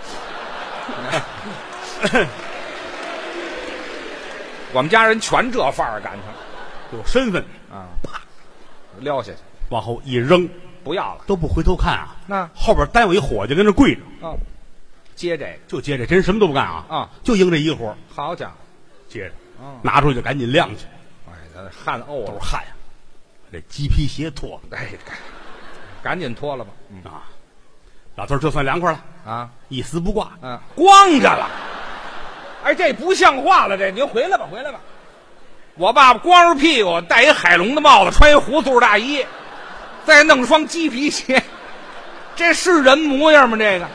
Speaker 3: 我们家人全这范儿，感情
Speaker 2: 有身份
Speaker 3: 啊！啪，撩下去，
Speaker 2: 往后一扔，
Speaker 3: 不要了，
Speaker 2: 都不回头看啊。
Speaker 3: 那
Speaker 2: 后边单有一伙计跟那跪着。
Speaker 3: 哦，接这个，
Speaker 2: 就接这，真什么都不干啊！
Speaker 3: 啊，
Speaker 2: 就应这一活。
Speaker 3: 好家伙，
Speaker 2: 接着，
Speaker 3: 哦，
Speaker 2: 拿出去就赶紧晾去。
Speaker 3: 哎，他汗沤
Speaker 2: 都是汗呀，这鸡皮鞋脱了，
Speaker 3: 哎，赶紧脱了吧。嗯
Speaker 2: 啊，老头这算凉快了
Speaker 3: 啊，
Speaker 2: 一丝不挂，
Speaker 3: 嗯，光着了。哎，这不像话了，这您回来吧，回来吧。我爸爸光着屁股，戴一海龙的帽子，穿一胡衩大衣，再弄双鸡皮鞋，这是人模样吗？这个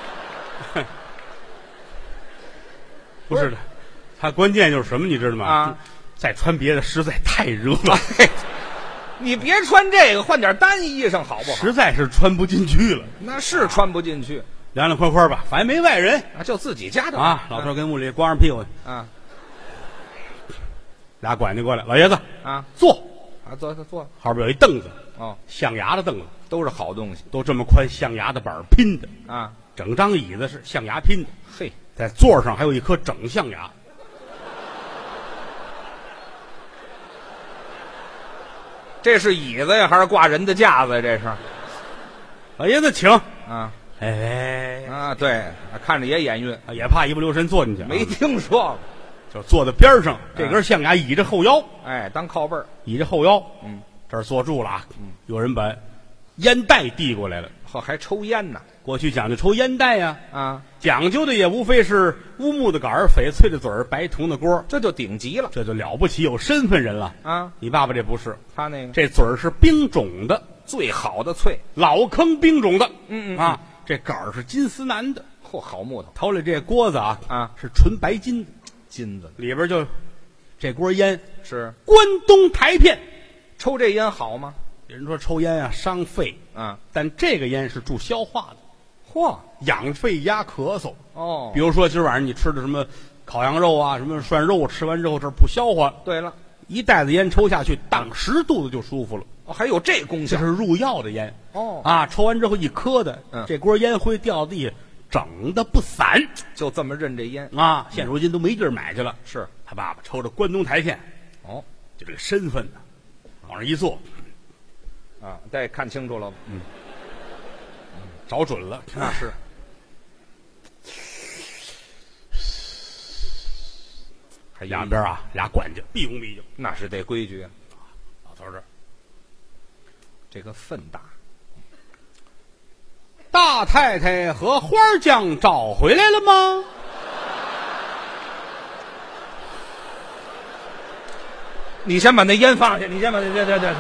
Speaker 2: 不是的，他关键就是什么，你知道吗？
Speaker 3: 啊，
Speaker 2: 再穿别的实在太热了。
Speaker 3: 哎，你别穿这个，换点单衣裳好不好？
Speaker 2: 实在是穿不进去了。
Speaker 3: 那是穿不进去。
Speaker 2: 凉凉快快吧，反正没外人
Speaker 3: 啊，就自己家的
Speaker 2: 啊。老头跟屋里光着屁股，
Speaker 3: 啊，
Speaker 2: 俩管家过来，老爷子
Speaker 3: 啊，
Speaker 2: 坐
Speaker 3: 啊，坐坐坐，
Speaker 2: 后边有一凳子，
Speaker 3: 哦，
Speaker 2: 象牙的凳子，
Speaker 3: 都是好东西
Speaker 2: 都这么宽，象牙的板拼的，
Speaker 3: 啊。
Speaker 2: 整张椅子是象牙拼的，
Speaker 3: 嘿，
Speaker 2: 在座上还有一颗整象牙。
Speaker 3: 这是椅子呀，还是挂人的架子呀？这是
Speaker 2: 老爷子请。
Speaker 3: 啊
Speaker 2: 哎
Speaker 3: 啊，对，看着也眼晕，
Speaker 2: 也怕一不留神坐进去，
Speaker 3: 没听说过。
Speaker 2: 就坐在边上，这根象牙倚着后腰，
Speaker 3: 哎，当靠背儿。
Speaker 2: 倚着后腰，
Speaker 3: 嗯，
Speaker 2: 这儿坐住了啊。有人把烟袋递过来了。
Speaker 3: 嚯，还抽烟呢？
Speaker 2: 过去讲究抽烟袋呀，
Speaker 3: 啊，
Speaker 2: 讲究的也无非是乌木的杆儿、翡翠的嘴儿、白铜的锅，
Speaker 3: 这就顶级了
Speaker 2: 这就了不起，有身份人了。
Speaker 3: 啊！
Speaker 2: 你爸爸这不是，
Speaker 3: 他那个
Speaker 2: 这嘴儿是冰种的，
Speaker 3: 最好的翠，
Speaker 2: 老坑冰种的。
Speaker 3: 嗯嗯
Speaker 2: 啊，这杆儿是金丝楠的，
Speaker 3: 嚯，好木头，
Speaker 2: 头里这锅子啊
Speaker 3: 啊
Speaker 2: 是纯白金的，
Speaker 3: 金子
Speaker 2: 里边就这锅烟
Speaker 3: 是
Speaker 2: 关东台片。
Speaker 3: 抽这烟好吗？
Speaker 2: 有人说抽烟啊伤肺，
Speaker 3: 啊，
Speaker 2: 但这个烟是助消化的，
Speaker 3: 嚯，
Speaker 2: 养肺压咳嗽。
Speaker 3: 哦，
Speaker 2: 比如说今儿晚上你吃的什么烤羊肉啊，什么涮肉，吃完之后这儿不消化，
Speaker 3: 对了，
Speaker 2: 一袋子烟抽下去，当时肚子就舒服了。
Speaker 3: 哦，还有这功效
Speaker 2: 这是入药的烟
Speaker 3: 哦
Speaker 2: 啊！抽完之后一磕的，
Speaker 3: 嗯
Speaker 2: 这锅烟灰掉地下，整的不散
Speaker 3: 就这么认这烟
Speaker 2: 啊！现如今都没地儿买去了。
Speaker 3: 是
Speaker 2: 他爸爸抽着关东台片，
Speaker 3: 哦
Speaker 2: 就这个身份呢，往上一坐，
Speaker 3: 啊，再看清楚了，嗯，
Speaker 2: 找准了。
Speaker 3: 那是还
Speaker 2: 两边啊俩管家毕恭毕敬，
Speaker 3: 那是得规矩，
Speaker 2: 老头这儿
Speaker 3: 这个分大。
Speaker 2: 大太太和花匠找回来了吗？
Speaker 3: 你先把那烟放下，你先把那这这这，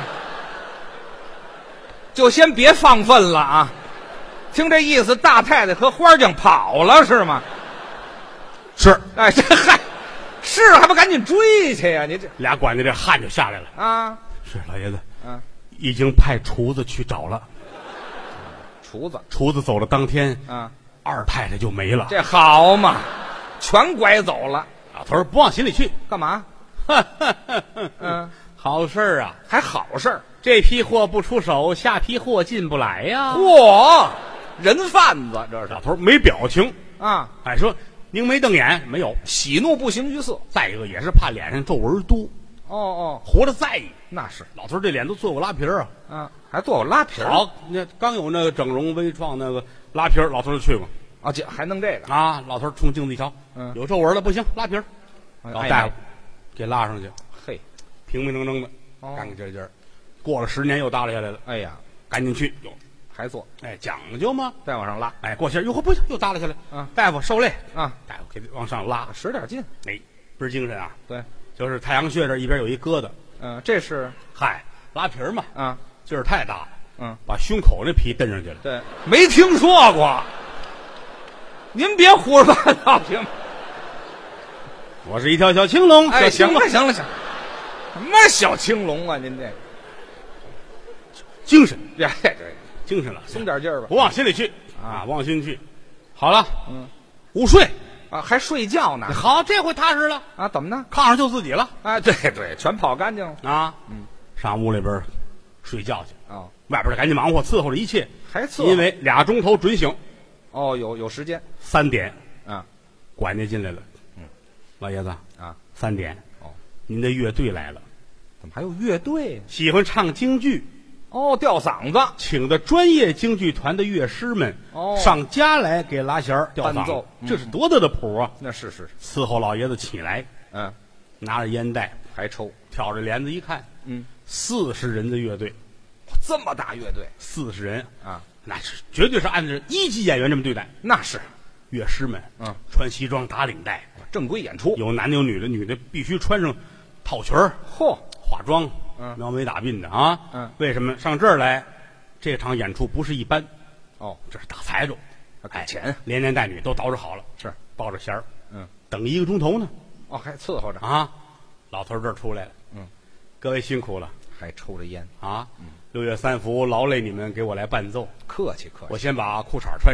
Speaker 3: 就先别放粪了啊！听这意思，大太太和花匠跑了是吗？
Speaker 2: 是，
Speaker 3: 哎，这嗨，是还不赶紧追去呀、你这
Speaker 2: 俩管家这汗就下来了。
Speaker 3: 啊，
Speaker 2: 是老爷子，
Speaker 3: 嗯，
Speaker 2: 已经派厨子去找了。
Speaker 3: 厨子
Speaker 2: 厨子走了当天，
Speaker 3: 啊，
Speaker 2: 二太太就没了。
Speaker 3: 这好嘛，全拐走了，
Speaker 2: 老头儿不往心里去。
Speaker 3: 干嘛？嗯，
Speaker 2: 好事儿啊！
Speaker 3: 还好事儿。
Speaker 2: 这批货不出手，下批货进不来呀。
Speaker 3: 嚯，人贩子这是
Speaker 2: 老头儿没表情，
Speaker 3: 啊，
Speaker 2: 哎，说凝眉瞪眼没有。
Speaker 3: 喜怒不形于色。
Speaker 2: 再一个也是怕脸上皱纹多，
Speaker 3: 哦哦，
Speaker 2: 活得在意。
Speaker 3: 那是
Speaker 2: 老头儿这脸都做过拉皮儿啊。
Speaker 3: 啊，还做过拉皮儿。
Speaker 2: 好，那刚有那个整容微创那个拉皮儿，老头儿就去过
Speaker 3: 啊，这还弄这个？
Speaker 2: 啊。老头儿冲镜子一瞧，
Speaker 3: 嗯
Speaker 2: 有皱纹了，不行，拉皮儿。找
Speaker 3: 哎
Speaker 2: 大夫给拉上去，
Speaker 3: 嘿，
Speaker 2: 平平整整的，
Speaker 3: 哦
Speaker 2: 干干净净儿。过了十年又耷拉下来了，
Speaker 3: 哎呀，
Speaker 2: 赶紧去，哟，
Speaker 3: 还做，
Speaker 2: 哎，讲究吗？
Speaker 3: 再往上拉
Speaker 2: 哎，过些儿哟，不行，又耷拉下来。
Speaker 3: 啊
Speaker 2: 大夫受累，
Speaker 3: 啊，
Speaker 2: 大夫给他往上拉，
Speaker 3: 使点劲。
Speaker 2: 哎，倍儿精神啊。
Speaker 3: 对，
Speaker 2: 就是太阳穴这一边有一疙瘩，
Speaker 3: 嗯、这是
Speaker 2: 嗨，拉皮儿嘛，
Speaker 3: 啊，
Speaker 2: 劲儿太大了，
Speaker 3: 嗯，
Speaker 2: 把胸口那皮蹬上去了。
Speaker 3: 对，没听说过。您别胡说八道行吗？
Speaker 2: 我是一条小青龙，
Speaker 3: 哎，
Speaker 2: 小青龙
Speaker 3: 行了，行了，行了，什么小青龙啊？您这，
Speaker 2: 精神，
Speaker 3: 这这
Speaker 2: 精神了，
Speaker 3: 松点劲儿吧。
Speaker 2: 不往心里去啊，往心里去。好了，
Speaker 3: 嗯，
Speaker 2: 午睡，
Speaker 3: 啊，还睡觉呢？
Speaker 2: 好，这回踏实了，
Speaker 3: 啊，怎么呢？
Speaker 2: 炕上就自己了
Speaker 3: 啊，对对，全跑干净了。
Speaker 2: 啊。
Speaker 3: 嗯，
Speaker 2: 上屋里边睡觉去，
Speaker 3: 哦，
Speaker 2: 外边赶紧忙活伺候着一切，
Speaker 3: 还伺候
Speaker 2: 因为俩钟头准醒。
Speaker 3: 哦，有有时间
Speaker 2: 三点，
Speaker 3: 啊。
Speaker 2: 管家进来了，
Speaker 3: 嗯，
Speaker 2: 老爷子
Speaker 3: 啊，
Speaker 2: 三点，
Speaker 3: 哦，
Speaker 2: 您的乐队来了，
Speaker 3: 怎么还有乐队？
Speaker 2: 喜欢唱京剧，
Speaker 3: 哦，吊嗓子。
Speaker 2: 请的专业京剧团的乐师们
Speaker 3: 哦
Speaker 2: 上家来给拉弦儿吊嗓子
Speaker 3: 伴奏，嗯
Speaker 2: 这是多大的谱啊！
Speaker 3: 那是是，
Speaker 2: 伺候老爷子起来，
Speaker 3: 嗯，
Speaker 2: 拿着烟袋，
Speaker 3: 还抽。
Speaker 2: 挑着帘子一看，
Speaker 3: 嗯，
Speaker 2: 四十人的乐队，
Speaker 3: 这么大乐队
Speaker 2: 四十人，
Speaker 3: 啊，
Speaker 2: 那是绝对是按照一级演员这么对待。
Speaker 3: 那是
Speaker 2: 乐师们，
Speaker 3: 嗯，
Speaker 2: 穿西装打领带，
Speaker 3: 正规演出。
Speaker 2: 有男的有女的，女的必须穿上套裙儿
Speaker 3: 嚯，
Speaker 2: 化妆，
Speaker 3: 嗯
Speaker 2: 描眉打鬓的啊，
Speaker 3: 嗯，
Speaker 2: 为什么上这儿来？这场演出不是一般，
Speaker 3: 哦，
Speaker 2: 这是大财主，
Speaker 3: 要给钱。
Speaker 2: 连男带女都捯饬好了，
Speaker 3: 是
Speaker 2: 抱着弦儿，
Speaker 3: 嗯，
Speaker 2: 等一个钟头呢。
Speaker 3: 哦，还伺候着，
Speaker 2: 啊，老头儿这儿出来了，
Speaker 3: 嗯，
Speaker 2: 各位辛苦了
Speaker 3: 还抽着烟，
Speaker 2: 啊！六月三伏，劳累你们给我来伴奏，
Speaker 3: 客气客气。
Speaker 2: 我先把裤衩穿上。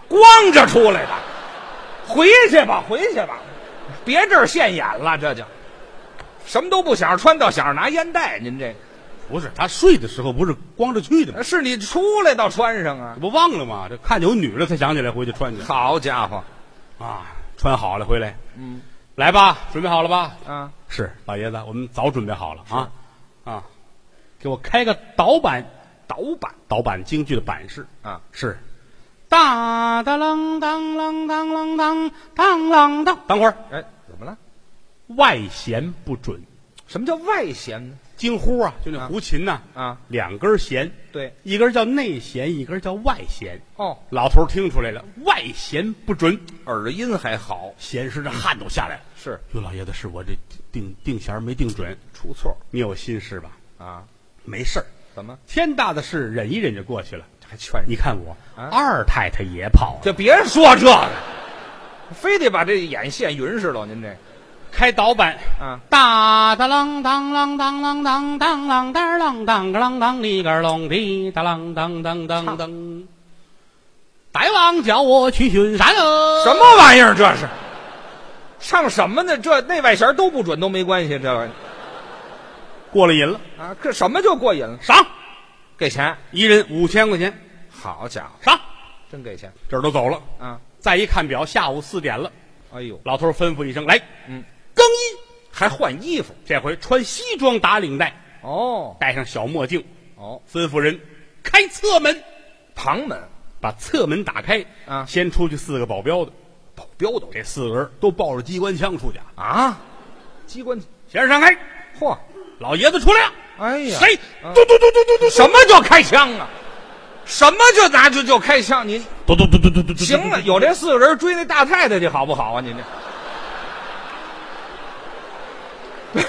Speaker 3: 光着出来的，回去吧，回去吧，别这儿现眼了，这就什么都不想穿，倒想着拿烟袋。您这
Speaker 2: 不是他睡的时候不是光着去的吗？
Speaker 3: 是你出来倒穿上啊？
Speaker 2: 这不忘了吗？这看见有女的才想起来回去穿去。
Speaker 3: 好家伙，
Speaker 2: 啊，穿好了回来，
Speaker 3: 嗯，
Speaker 2: 来吧，准备好了吧？
Speaker 3: 啊，
Speaker 2: 是老爷子，我们早准备好了啊啊，给我开个导板，
Speaker 3: 导板
Speaker 2: 导板京剧的板式
Speaker 3: 啊，
Speaker 2: 是哒哒啷当啷当啷当当啷当。等会儿，
Speaker 3: 哎，怎么了？
Speaker 2: 外弦不准。
Speaker 3: 什么叫外弦呢？
Speaker 2: 京胡啊，就那胡琴呐
Speaker 3: 啊，
Speaker 2: 两根弦，
Speaker 3: 对，
Speaker 2: 一根叫内弦，一根叫外弦。
Speaker 3: 哦，
Speaker 2: 老头听出来了，外弦不准，
Speaker 3: 耳音还好，
Speaker 2: 弦师这汗都下来了。
Speaker 3: 是，
Speaker 2: 哟，老爷子，是我这定定弦没定准，
Speaker 3: 出错
Speaker 2: 你有心事吧？
Speaker 3: 啊？
Speaker 2: 没事儿，
Speaker 3: 怎么
Speaker 2: 天大的事，忍一忍就过去了。
Speaker 3: 还劝
Speaker 2: 你看我、
Speaker 3: 啊、
Speaker 2: 二太太也跑了，
Speaker 3: 就别说这个，非得把这眼线匀实了。您这
Speaker 2: 开导板
Speaker 3: 啊，
Speaker 2: 哒哒啷当啷当啷当当啷当啷当个啷当里个隆滴哒啷当当当当。大王叫我去巡山了，
Speaker 3: 什么玩意儿？这是唱什么呢？这内外弦都不准都没关系，这玩意
Speaker 2: 过了瘾了
Speaker 3: 啊，这什么就过瘾了？
Speaker 2: 上，
Speaker 3: 给钱，
Speaker 2: 一人五千块钱，
Speaker 3: 好家伙，
Speaker 2: 上，
Speaker 3: 真给钱
Speaker 2: 这儿都走了
Speaker 3: 啊！
Speaker 2: 再一看表，下午四点了。
Speaker 3: 哎呦，
Speaker 2: 老头吩咐一声，来，
Speaker 3: 嗯，
Speaker 2: 更衣，
Speaker 3: 还换衣服，
Speaker 2: 这回穿西装打领带，
Speaker 3: 哦，
Speaker 2: 戴上小墨镜，
Speaker 3: 哦，
Speaker 2: 吩咐人开侧门，
Speaker 3: 旁门
Speaker 2: 把侧门打开
Speaker 3: 啊，
Speaker 2: 先出去四个保镖的，
Speaker 3: 保镖都
Speaker 2: 这四个人都抱着机关枪出去
Speaker 3: 啊，机关
Speaker 2: 先生上开，
Speaker 3: 嚯，
Speaker 2: 老爷子出来了，
Speaker 3: 哎呀，
Speaker 2: 谁？
Speaker 3: 啊
Speaker 2: 嘟嘟嘟嘟嘟嘟，
Speaker 3: 什么叫开枪啊？什么就拿就就开枪？您
Speaker 2: 嘟嘟嘟嘟嘟嘟嘟，
Speaker 3: 行了，有这四个人追那大太太去好不好啊？您这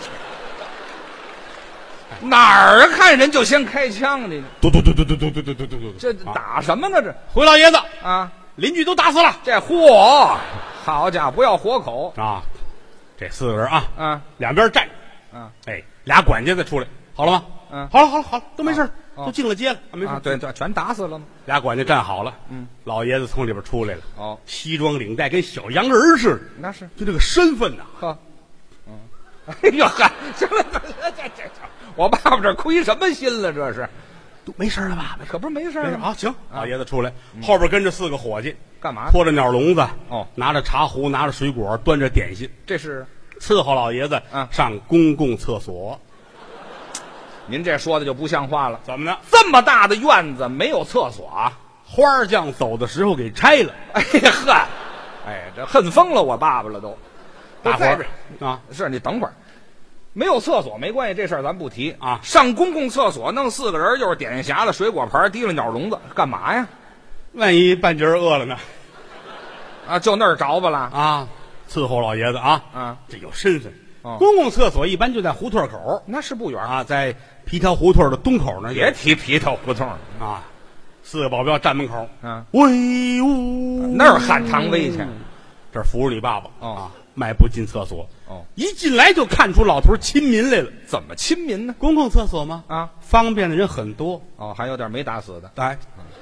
Speaker 3: 哪儿看人就先开枪？你
Speaker 2: 嘟嘟嘟嘟嘟嘟嘟嘟嘟嘟嘟，
Speaker 3: 这打什么呢？这
Speaker 2: 回老爷子，
Speaker 3: 啊，
Speaker 2: 邻居都打死了。
Speaker 3: 这嚯，好家伙，不要活口
Speaker 2: 啊！这四个人啊，
Speaker 3: 啊，
Speaker 2: 两边站，
Speaker 3: 啊，
Speaker 2: 哎，俩管家再出来，好了吗？
Speaker 3: 嗯，
Speaker 2: 好了，好了，好了，都没事，
Speaker 3: 哦
Speaker 2: 都进了街了，没事
Speaker 3: 啊，。对对，全打死了吗？
Speaker 2: 俩管家站好了，
Speaker 3: 嗯，
Speaker 2: 老爷子从里边出来了，
Speaker 3: 哦，
Speaker 2: 西装领带跟小洋人似的，
Speaker 3: 那是
Speaker 2: 就这个身份呐，
Speaker 3: 呵，嗯，哎呦呵，行了，这这这这，我爸爸这亏什么心了？这是
Speaker 2: 都没事了吧？
Speaker 3: 可不是没事吗？
Speaker 2: 没事啊，行，老爷子出来，后边跟着四个伙计，
Speaker 3: 干嘛？
Speaker 2: 拖着鸟笼子，
Speaker 3: 哦，
Speaker 2: 拿着茶壶，拿着水果，端着点心，
Speaker 3: 这是
Speaker 2: 伺候老爷子
Speaker 3: 啊
Speaker 2: 上公共厕所。
Speaker 3: 您这说的就不像话了。
Speaker 2: 怎么呢？
Speaker 3: 这么大的院子没有厕所啊？
Speaker 2: 花匠走的时候给拆了，
Speaker 3: 哎呀呵，哎，这恨疯了我爸爸了都。
Speaker 2: 大伙
Speaker 3: 在这
Speaker 2: 儿啊，
Speaker 3: 是你等会儿，没有厕所没关系，这事儿咱不提
Speaker 2: 啊
Speaker 3: 上公共厕所弄四个人，又是点心匣子、水果盘、提了鸟笼子，干嘛呀？
Speaker 2: 万一半截儿饿了呢？
Speaker 3: 啊，就那儿着吧了。
Speaker 2: 啊，伺候老爷子啊，
Speaker 3: 啊，
Speaker 2: 这有身份。
Speaker 3: 哦
Speaker 2: 公共厕所一般就在胡同口
Speaker 3: 那是不远啊。
Speaker 2: 啊，在皮条胡同的东口那儿有
Speaker 3: 别提皮头胡同了，
Speaker 2: 啊，四个保镖站门口，
Speaker 3: 啊，
Speaker 2: 威武，
Speaker 3: 那儿喊唐威去。
Speaker 2: 这儿扶着你爸爸
Speaker 3: 哦
Speaker 2: 啊，迈步进厕所，
Speaker 3: 哦，
Speaker 2: 一进来就看出老头亲民来了。
Speaker 3: 怎么亲民呢？
Speaker 2: 公共厕所吗？
Speaker 3: 啊，
Speaker 2: 方便的人很多，
Speaker 3: 哦，还有点没打死的。
Speaker 2: 哎，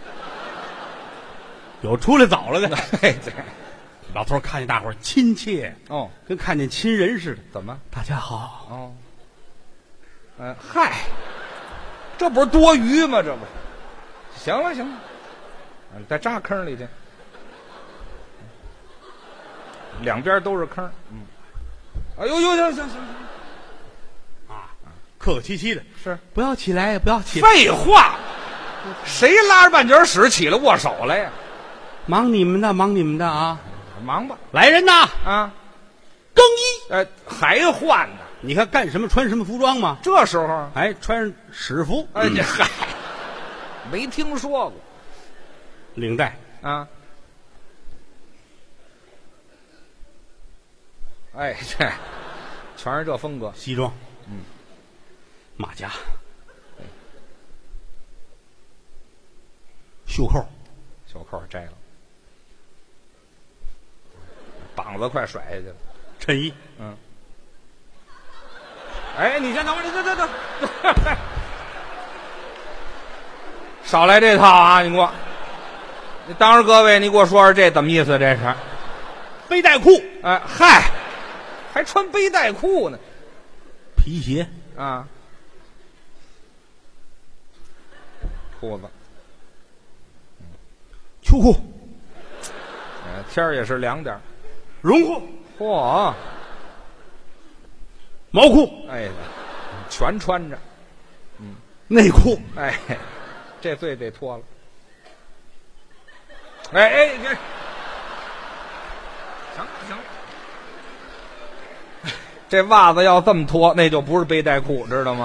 Speaker 2: 有出来早了的。
Speaker 3: 哎，对，
Speaker 2: 老头看见大伙儿亲切，
Speaker 3: 哦，
Speaker 2: 跟看见亲人似的。
Speaker 3: 怎么？
Speaker 2: 大家好，
Speaker 3: 哦，呃，嗨，这不是多余吗？这不是，行了行了，嗯再扎坑里去，两边都是坑。嗯，哎呦呦，行行行行，
Speaker 2: 啊，客客气气的，
Speaker 3: 是
Speaker 2: 不要起来，不要起来，
Speaker 3: 废话，谁拉着半截屎起来握手来呀？
Speaker 2: 忙你们的，忙你们的啊！
Speaker 3: 忙吧，
Speaker 2: 来人呐，
Speaker 3: 啊，
Speaker 2: 更衣。
Speaker 3: 呃，还换呢？
Speaker 2: 你看干什么穿什么服装吗？
Speaker 3: 这时候，
Speaker 2: 哎，穿上使服，
Speaker 3: 哎，这嗨，没听说过
Speaker 2: 领带，
Speaker 3: 啊。哎，这全是这风格。
Speaker 2: 西装，
Speaker 3: 嗯，
Speaker 2: 马甲，袖扣，
Speaker 3: 袖扣摘了，膀子快甩下去了。
Speaker 2: 衬衣，
Speaker 3: 嗯。哎，你先等会儿，你等等等，少来这套啊！你给我， 当着各位，你给我说说这怎么意思？这是，
Speaker 2: 背带裤，
Speaker 3: 哎嗨，还穿背带裤呢
Speaker 2: 皮鞋，
Speaker 3: 啊，裤子，
Speaker 2: 秋裤，
Speaker 3: 哎，天儿也是凉点儿
Speaker 2: 绒裤，
Speaker 3: 嚯，
Speaker 2: 毛裤，
Speaker 3: 哎，全穿着，
Speaker 2: 内裤，
Speaker 3: 哎，这最得脱了。哎哎，这行了行了，这袜子要这么脱，那就不是背带裤，知道吗？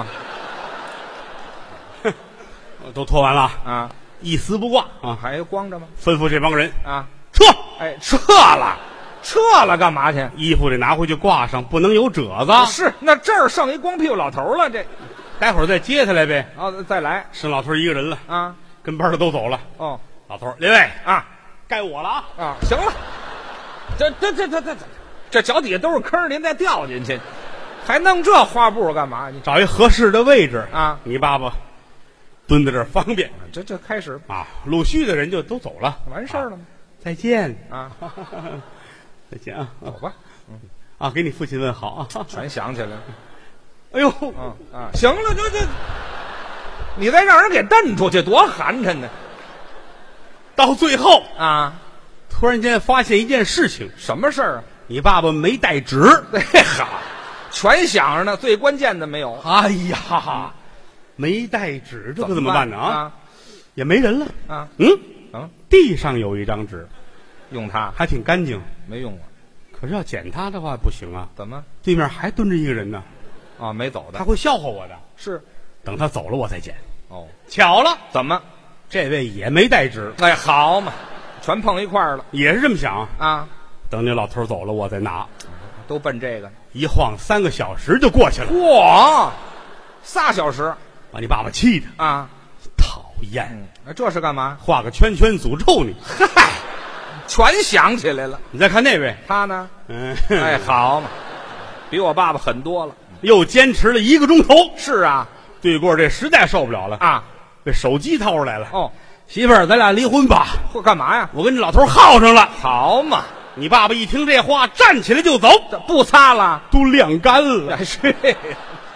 Speaker 2: 都脱完了，
Speaker 3: 啊，
Speaker 2: 一丝不挂啊！
Speaker 3: 还光着吗？
Speaker 2: 吩咐这帮人
Speaker 3: 啊，
Speaker 2: 撤，
Speaker 3: 哎，撤了，撤了，干嘛去？
Speaker 2: 衣服得拿回去挂上，不能有褶子。
Speaker 3: 是，那这儿剩一光屁股老头了，这
Speaker 2: 待会儿再接下来呗。
Speaker 3: 啊，再来
Speaker 2: 剩老头一个人了，
Speaker 3: 啊，
Speaker 2: 跟班的都走了。
Speaker 3: 哦
Speaker 2: 老头，列位，
Speaker 3: 啊
Speaker 2: 该我了啊！
Speaker 3: 啊，行了，这这这这这这这脚底下都是坑，您再掉进去，还弄这花布干嘛？你
Speaker 2: 找一合适的位置
Speaker 3: 啊，
Speaker 2: 你爸爸蹲在这儿方便
Speaker 3: 这这开始
Speaker 2: 啊。陆续的人就都走了，
Speaker 3: 完事儿了吗？
Speaker 2: 再见
Speaker 3: 啊，
Speaker 2: 再见啊！
Speaker 3: 走吧，
Speaker 2: 啊，给你父亲问好啊！
Speaker 3: 全想起来了。
Speaker 2: 哎呦，
Speaker 3: 嗯啊，行了，就这，你再让人给蹬出去，多寒碜呢！
Speaker 2: 到最后
Speaker 3: 啊，
Speaker 2: 突然间发现一件事情，
Speaker 3: 什么事儿啊？
Speaker 2: 你爸爸没带纸。
Speaker 3: 哎好，全想着呢，最关键的没有。
Speaker 2: 哎呀，没带纸，这可怎么办呢？啊，
Speaker 3: 啊
Speaker 2: 也没人了。
Speaker 3: 啊，
Speaker 2: 嗯
Speaker 3: 嗯，
Speaker 2: 地上有一张纸，
Speaker 3: 用它
Speaker 2: 还挺干净。
Speaker 3: 没用过，
Speaker 2: 可是要捡它的话不行啊，
Speaker 3: 怎么？
Speaker 2: 对面还蹲着一个人呢，
Speaker 3: 啊，没走的
Speaker 2: 他会笑话我的。
Speaker 3: 是
Speaker 2: 等他走了我再捡。
Speaker 3: 哦，
Speaker 2: 巧了，
Speaker 3: 怎么？
Speaker 2: 这位也没带纸，
Speaker 3: 哎，好嘛，全碰一块儿了
Speaker 2: 也是这么想。
Speaker 3: 啊！
Speaker 2: 等你老头走了我再拿。
Speaker 3: 都奔这个，
Speaker 2: 一晃三个小时就过去了，
Speaker 3: 嚯，仨小时
Speaker 2: 把你爸爸气的
Speaker 3: 啊！
Speaker 2: 讨厌。
Speaker 3: 嗯，这是干嘛？
Speaker 2: 画个圈圈诅咒你。
Speaker 3: 嗨，全想起来了。
Speaker 2: 你再看那位，
Speaker 3: 他呢？
Speaker 2: 嗯，
Speaker 3: 哎，好嘛，比我爸爸狠多了。
Speaker 2: 又坚持了一个钟头。
Speaker 3: 是啊，
Speaker 2: 对过这实在受不了了
Speaker 3: 啊，
Speaker 2: 这手机掏出来了。
Speaker 3: 哦，
Speaker 2: 媳妇儿，咱俩离婚吧。
Speaker 3: 或干嘛呀？
Speaker 2: 我跟这老头耗上了。
Speaker 3: 好嘛，
Speaker 2: 你爸爸一听这话，站起来就走，
Speaker 3: 这不擦了，
Speaker 2: 都晾干了。
Speaker 3: 哎是，